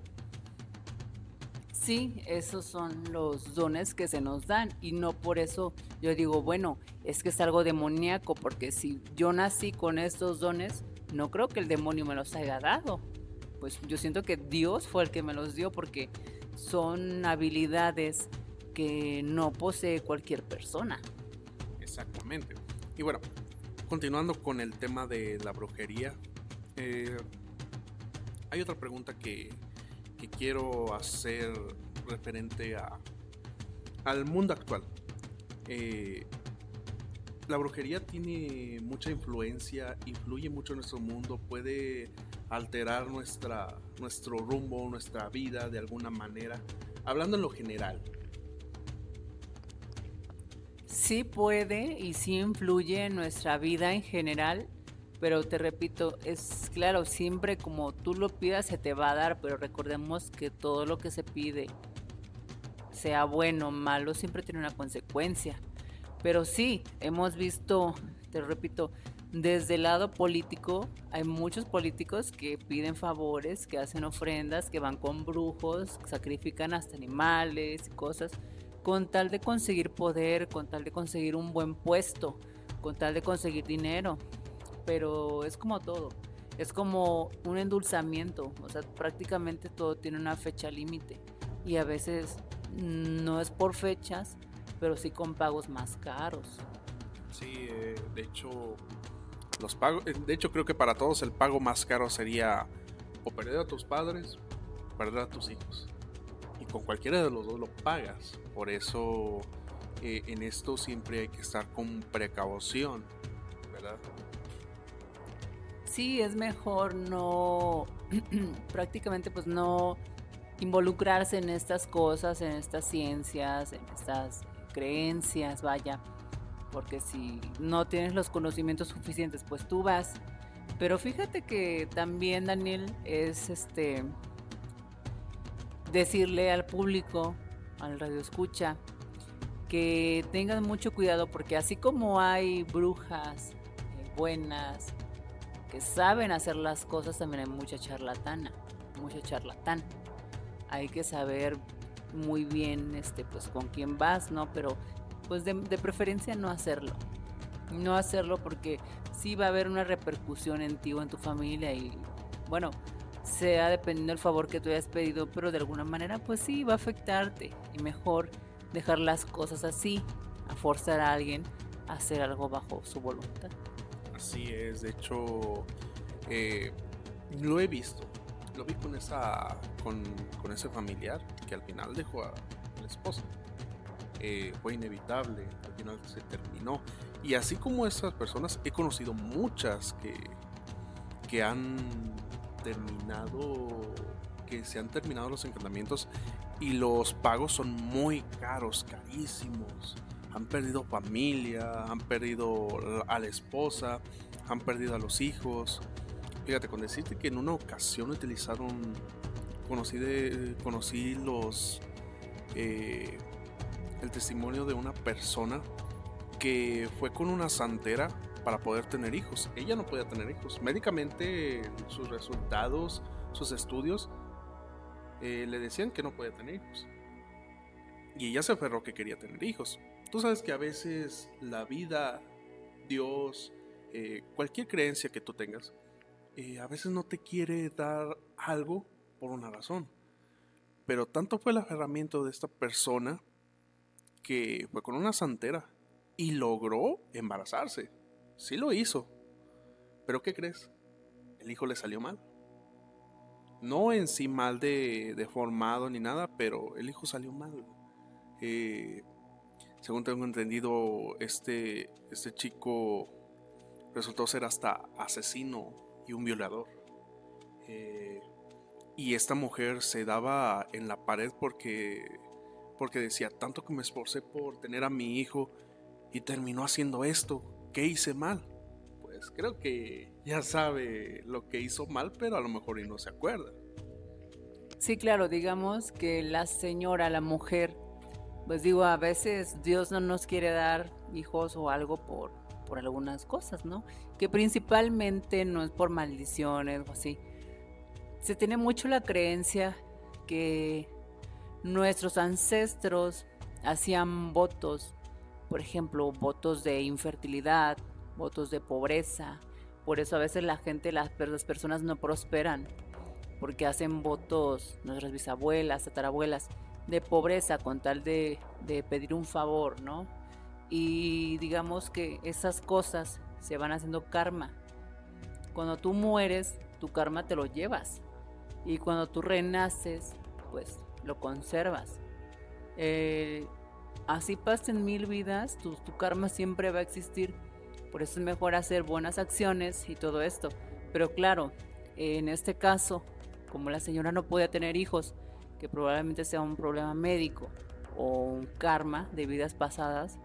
S3: Sí, esos son los dones que se nos dan y no por eso yo digo, bueno, es que es algo demoníaco, porque si yo nací con estos dones, no creo que el demonio me los haya dado. Pues yo siento que Dios fue el que me los dio, porque son habilidades que no posee cualquier persona.
S2: Exactamente. Y bueno, continuando con el tema de la brujería, eh, hay otra pregunta que, que quiero hacer referente a, al mundo actual. Eh, la brujería tiene mucha influencia, influye mucho en nuestro mundo, puede alterar nuestra, nuestro rumbo, nuestra vida de alguna manera, hablando en lo general.
S3: Sí puede y sí influye en nuestra vida en general, pero te repito, es claro, siempre como tú lo pidas se te va a dar, pero recordemos que todo lo que se pide, sea bueno o malo, siempre tiene una consecuencia. Pero sí, hemos visto, te repito, desde el lado político, hay muchos políticos que piden favores, que hacen ofrendas, que van con brujos, sacrifican hasta animales y cosas, con tal de conseguir poder, con tal de conseguir un buen puesto, con tal de conseguir dinero. Pero es como todo, es como un endulzamiento, o sea, prácticamente todo tiene una fecha límite y a veces no es por fechas, pero sí con pagos más caros.
S2: Sí, eh, de hecho, los pagos, de hecho creo que para todos el pago más caro sería o perder a tus padres, o perder a tus hijos. Y con cualquiera de los dos lo pagas. Por eso eh, en esto siempre hay que estar con precaución, ¿verdad?
S3: Sí, es mejor no, prácticamente pues no involucrarse en estas cosas, en estas ciencias, en estas creencias, vaya, porque si no tienes los conocimientos suficientes, pues tú vas. Pero fíjate que también, Daniel, es este decirle al público, al radio escucha, que tengan mucho cuidado, porque así como hay brujas eh, buenas, que saben hacer las cosas, también hay mucha charlatana, mucha charlatán. Hay que saber muy bien este pues con quién vas, ¿no? Pero pues de, de preferencia no hacerlo. No hacerlo porque sí va a haber una repercusión en ti o en tu familia y bueno, sea dependiendo del favor que tú hayas pedido, pero de alguna manera pues sí va a afectarte y mejor dejar las cosas así, a forzar a alguien a hacer algo bajo su voluntad.
S2: Así es, de hecho, eh, lo he visto, lo vi con esa, con, con ese familiar que al final dejó a la esposa. Eh, fue inevitable, al final se terminó. Y así como esas personas, he conocido muchas que, que han terminado, que se han terminado los encantamientos y los pagos son muy caros, carísimos. Han perdido familia, han perdido a la esposa, han perdido a los hijos. Fíjate, con decirte que en una ocasión utilizaron, conocí, de, conocí los, eh, el testimonio de una persona que fue con una santera para poder tener hijos. Ella no podía tener hijos. Médicamente sus resultados, sus estudios, eh, le decían que no podía tener hijos. Y ella se aferró que quería tener hijos. Tú sabes que a veces la vida, Dios, eh, cualquier creencia que tú tengas, eh, a veces no te quiere dar algo por una razón. Pero tanto fue el aferramiento de esta persona que fue con una santera y logró embarazarse. Sí lo hizo. Pero ¿qué crees? El hijo le salió mal. No en sí mal de, de formado ni nada, pero el hijo salió mal. Eh, según tengo entendido, este, este chico resultó ser hasta asesino y un violador. Eh, y esta mujer se daba en la pared porque, porque decía, tanto que me esforcé por tener a mi hijo y terminó haciendo esto. ¿Qué hice mal? Pues creo que ya sabe lo que hizo mal, pero a lo mejor y no se acuerda.
S3: Sí, claro, digamos que la señora, la mujer, pues digo, a veces Dios no nos quiere dar hijos o algo por, por algunas cosas, ¿no? Que principalmente no es por maldiciones o así. Se tiene mucho la creencia que nuestros ancestros hacían votos, por ejemplo, votos de infertilidad, votos de pobreza. Por eso a veces la gente, las, las personas no prosperan, porque hacen votos, nuestras bisabuelas, tatarabuelas, de pobreza con tal de, de pedir un favor, ¿no? Y digamos que esas cosas se van haciendo karma. Cuando tú mueres, tu karma te lo llevas. Y cuando tú renaces, pues lo conservas. Eh, así pasen mil vidas, tu, tu karma siempre va a existir. Por eso es mejor hacer buenas acciones y todo esto. Pero claro, en este caso, como la señora no podía tener hijos, que probablemente sea un problema médico o un karma de vidas pasadas,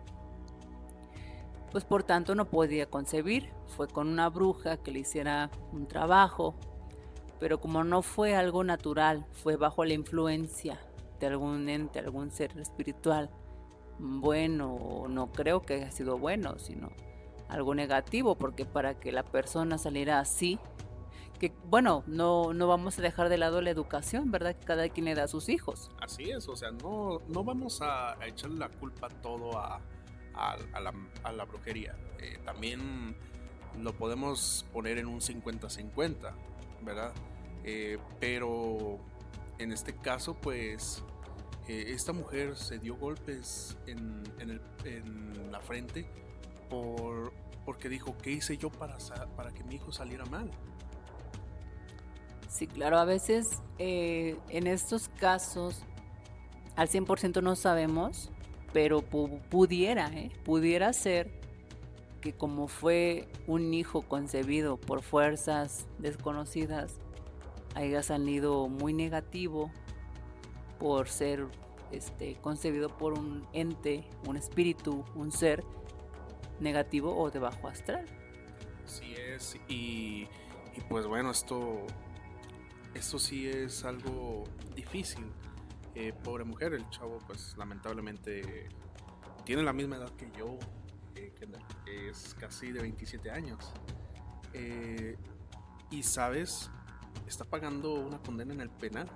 S3: pues por tanto no podía concebir. Fue con una bruja que le hiciera un trabajo, pero como no fue algo natural, fue bajo la influencia de algún ente, algún ser espiritual bueno, no creo que haya sido bueno, sino algo negativo, porque para que la persona saliera así, que bueno, no, no vamos a dejar de lado la educación, ¿verdad? Que cada quien le da a sus hijos.
S2: Así es, o sea, no, no vamos a, a echarle la culpa todo a, a, a, la, a la brujería. Eh, también lo podemos poner en un cincuenta cincuenta, ¿verdad? Eh, pero en este caso, pues, eh, esta mujer se dio golpes en, en, el, en la frente por, porque dijo, ¿qué hice yo para, para que mi hijo saliera mal?
S3: Sí, claro, a veces eh, en estos casos al cien por ciento no sabemos, pero pu- pudiera, ¿eh? pudiera ser que como fue un hijo concebido por fuerzas desconocidas, haya salido muy negativo por ser este, concebido por un ente, un espíritu, un ser negativo o de bajo astral.
S2: Así es, y, y pues bueno, esto... Esto sí es algo difícil. Eh, pobre mujer, el chavo pues lamentablemente tiene la misma edad que yo, eh, que es casi de veintisiete años. Eh, y sabes, está pagando una condena en el penal.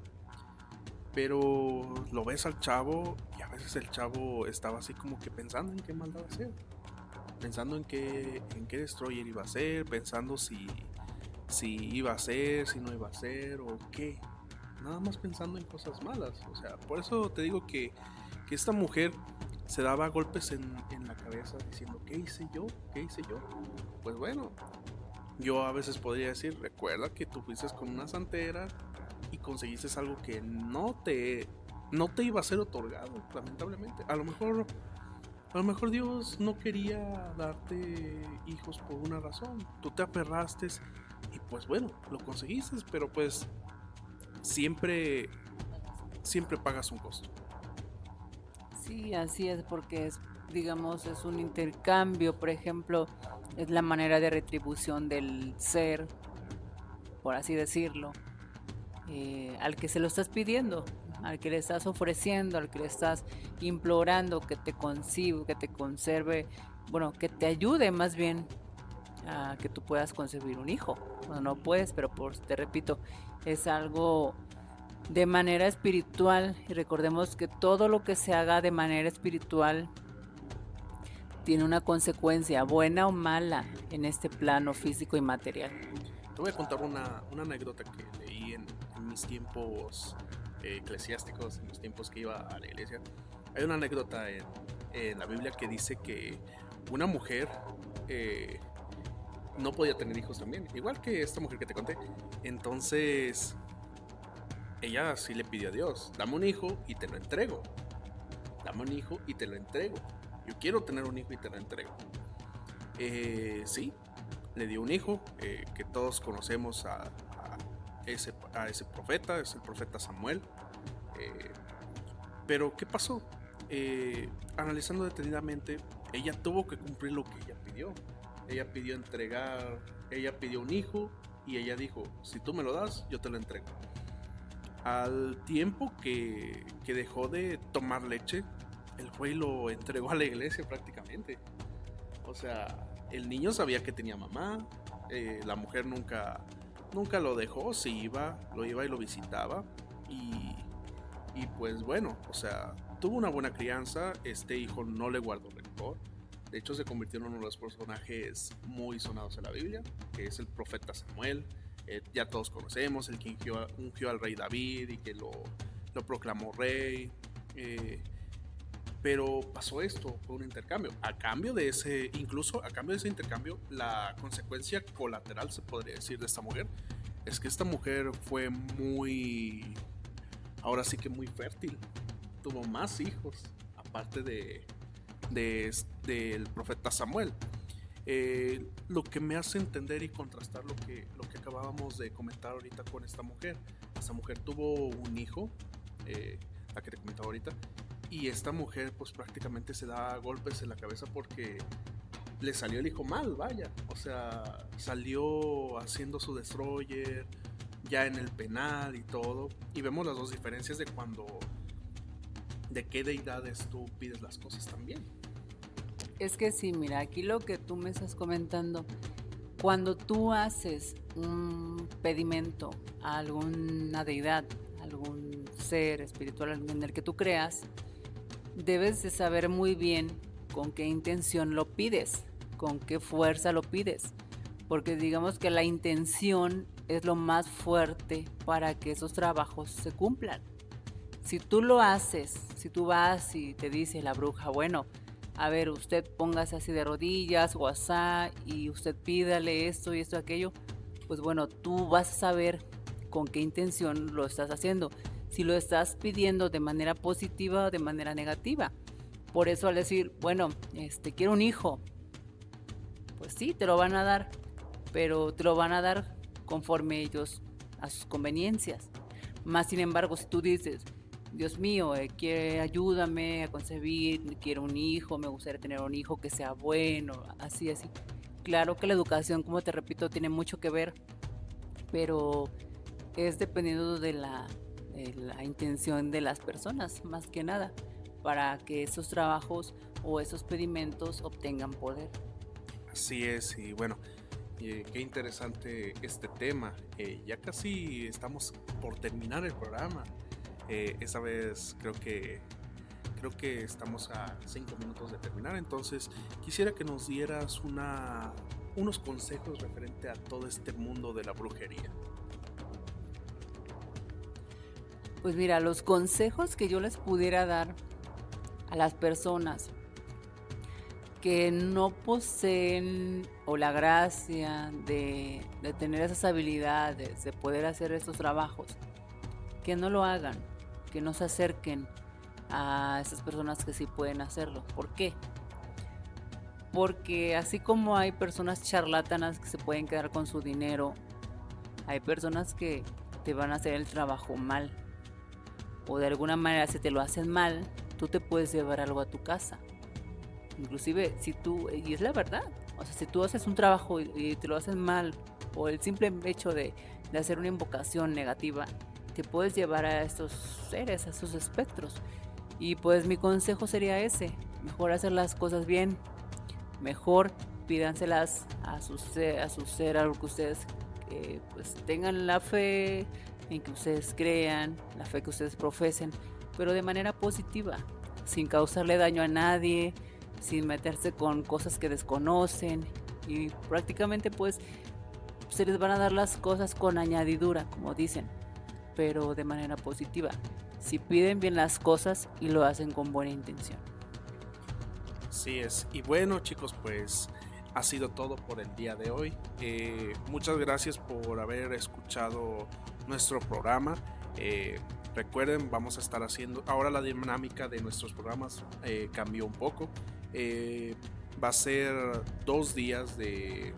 S2: Pero lo ves al chavo y a veces el chavo estaba así como que pensando en qué maldad hacer. Pensando en qué, en qué destroyer iba a hacer, pensando si... si iba a ser, si no iba a ser o qué, nada más pensando en cosas malas. O sea, por eso te digo que, que esta mujer se daba golpes en, en la cabeza diciendo, ¿qué hice yo? ¿Qué hice yo? Pues bueno, yo a veces podría decir, recuerda que tú fuiste con una santera y conseguiste algo que no te, no te iba a ser otorgado, lamentablemente. A lo mejor A lo mejor Dios no quería darte hijos por una razón. Tú te aferraste y pues bueno, lo conseguiste, pero pues siempre, siempre pagas un costo.
S3: Sí, así es, porque es, digamos, es un intercambio, por ejemplo, es la manera de retribución del ser, por así decirlo, eh, al que se lo estás pidiendo, al que le estás ofreciendo, al que le estás implorando que te conciba, que te conserve, bueno, que te ayude más bien a que tú puedas concebir un hijo. Bueno, no puedes, pero por, te repito, es algo de manera espiritual, y recordemos que todo lo que se haga de manera espiritual tiene una consecuencia, buena o mala, en este plano físico y material.
S2: Te voy a contar una, una anécdota que leí en, en mis tiempos eh, eclesiásticos, en los tiempos que iba a la iglesia. Hay una anécdota en, en la Biblia que dice que una mujer eh, no podía tener hijos también, igual que esta mujer que te conté. Entonces ella sí le pidió a Dios: dame un hijo y te lo entrego, dame un hijo y te lo entrego, yo quiero tener un hijo y te lo entrego. Eh, sí, le dio un hijo, eh, que todos conocemos a, a, ese, a ese profeta, es el profeta Samuel. Eh, pero ¿qué pasó? Eh, analizando detenidamente, ella tuvo que cumplir lo que ella pidió. Ella pidió entregar, ella pidió un hijo y ella dijo: si tú me lo das, yo te lo entrego. Al tiempo que, que dejó de tomar leche, el güey lo entregó a la iglesia prácticamente. O sea, el niño sabía que tenía mamá, eh, la mujer nunca, nunca lo dejó, se iba, lo iba y lo visitaba. Y, y pues bueno, o sea, tuvo una buena crianza. Este hijo no le guardó rencor. De hecho, se convirtió en uno de los personajes muy sonados en la Biblia, que es el profeta Samuel. Eh, ya todos conocemos, el que ungió, ungió al rey David y que lo, lo proclamó rey. Eh, pero pasó esto, fue un intercambio. A cambio de ese, incluso a cambio de ese intercambio, la consecuencia colateral, se podría decir, de esta mujer, es que esta mujer fue muy, ahora sí que muy fértil. Tuvo más hijos, aparte de, de, del profeta Samuel. Eh, lo que me hace entender y contrastar lo que, lo que acabábamos de comentar ahorita con esta mujer. Esta mujer tuvo un hijo, eh, la que te comentaba ahorita, y esta mujer pues prácticamente se da golpes en la cabeza porque le salió el hijo mal, vaya. O sea, salió haciendo su destroyer, ya en el penal y todo. Y vemos las dos diferencias de cuando, de qué deidades tú pides las cosas también.
S3: Es que sí, mira, aquí lo que tú me estás comentando, cuando tú haces un pedimento a alguna deidad, algún ser espiritual en el que tú creas, debes de saber muy bien con qué intención lo pides, con qué fuerza lo pides, porque digamos que la intención es lo más fuerte para que esos trabajos se cumplan. Si tú lo haces, si tú vas y te dice la bruja, bueno, a ver, usted póngase así de rodillas o asá y usted pídale esto y esto y aquello, pues bueno, tú vas a saber con qué intención lo estás haciendo, si lo estás pidiendo de manera positiva o de manera negativa. Por eso al decir, bueno, este, quiero un hijo, pues sí, te lo van a dar, pero te lo van a dar conforme ellos a sus conveniencias. Más sin embargo, si tú dices, Dios mío, eh, quiere, ayúdame a concebir, quiero un hijo, me gustaría tener un hijo que sea bueno, así, así. Claro que la educación, como te repito, tiene mucho que ver, pero es dependiendo de la, de la intención de las personas, más que nada, para que esos trabajos o esos pedimentos obtengan poder.
S2: Así es, y bueno, eh, qué interesante este tema. Eh, ya casi estamos por terminar el programa. Eh, esta vez creo que creo que estamos a cinco minutos de terminar, entonces quisiera que nos dieras una, unos consejos referente a todo este mundo de la brujería.
S3: Pues mira, los consejos que yo les pudiera dar a las personas que no poseen o la gracia de, de tener esas habilidades, de poder hacer esos trabajos, que no lo hagan, que no se acerquen a esas personas que sí pueden hacerlo. ¿Por qué? Porque así como hay personas charlatanas que se pueden quedar con su dinero, hay personas que te van a hacer el trabajo mal, o de alguna manera si te lo hacen mal, tú te puedes llevar algo a tu casa. Inclusive si tú, y es la verdad, o sea, si tú haces un trabajo y, y te lo hacen mal, o el simple hecho de, de hacer una invocación negativa, te puedes llevar a estos seres, a estos espectros. Y pues mi consejo sería ese: mejor hacer las cosas bien, mejor pídanselas a su ser, a su ser, algo que ustedes eh, pues tengan la fe en que ustedes crean, la fe que ustedes profesen, pero de manera positiva, sin causarle daño a nadie, sin meterse con cosas que desconocen, y prácticamente pues se les van a dar las cosas con añadidura, como dicen, pero de manera positiva, si piden bien las cosas y lo hacen con buena intención.
S2: Así es. Y bueno, chicos, pues ha sido todo por el día de hoy. Eh, muchas gracias por haber escuchado nuestro programa. Eh, recuerden, vamos a estar haciendo, ahora la dinámica de nuestros programas eh, cambió un poco. Eh, va a ser dos días de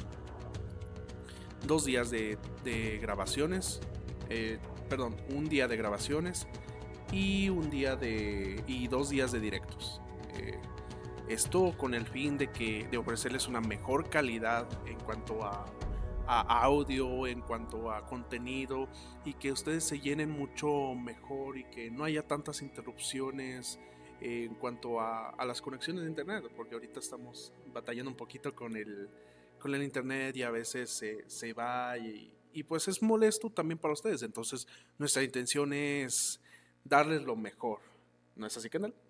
S2: dos días de, de grabaciones, eh, perdón, un día de grabaciones y un día de y dos días de directos. Eh, esto con el fin de que de ofrecerles una mejor calidad en cuanto a, a audio, en cuanto a contenido, y que ustedes se llenen mucho mejor y que no haya tantas interrupciones eh, en cuanto a, a las conexiones de internet, porque ahorita estamos batallando un poquito con el con el internet y a veces se, se va y, y pues es molesto también para ustedes. Entonces nuestra intención es darles lo mejor, ¿no es así, Kendall?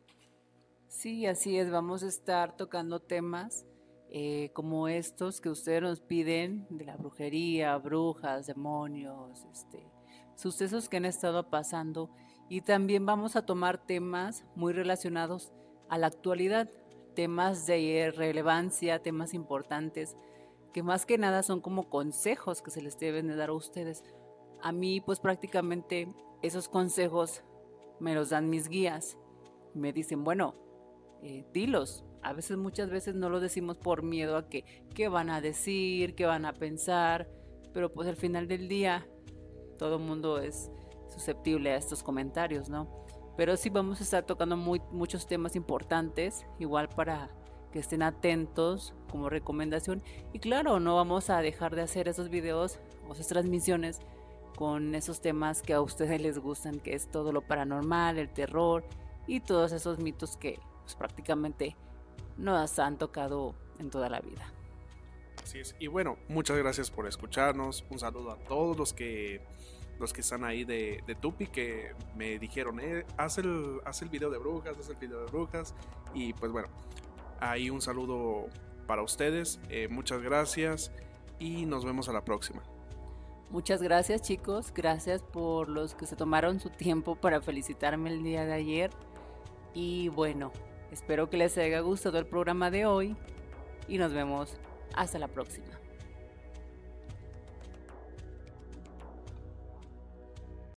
S3: Sí, así es, vamos a estar tocando temas eh, como estos que ustedes nos piden, de la brujería, brujas, demonios, este, sucesos que han estado pasando, y también vamos a tomar temas muy relacionados a la actualidad, temas de relevancia, temas importantes, que más que nada son como consejos que se les deben de dar a ustedes. A mí pues prácticamente esos consejos me los dan mis guías, me dicen, bueno, eh, dilos. A veces, muchas veces no lo decimos por miedo a que qué van a decir, qué van a pensar, pero pues al final del día todo el mundo es susceptible a estos comentarios, ¿no? Pero sí vamos a estar tocando muy, muchos temas importantes, igual para que estén atentos como recomendación. Y claro, no vamos a dejar de hacer esos videos o esas transmisiones con esos temas que a ustedes les gustan, que es todo lo paranormal, el terror y todos esos mitos que pues, prácticamente nos han tocado en toda la vida.
S2: Así es. Y bueno, muchas gracias por escucharnos. Un saludo a todos los que los que están ahí de, de Tupi, que me dijeron, eh, haz, el, haz el video de brujas, haz el video de brujas. Y pues bueno, ahí un saludo para ustedes. Eh, muchas gracias y nos vemos a la próxima.
S3: Muchas gracias, chicos. Gracias por los que se tomaron su tiempo para felicitarme el día de ayer. Y bueno, espero que les haya gustado el programa de hoy y nos vemos hasta la próxima.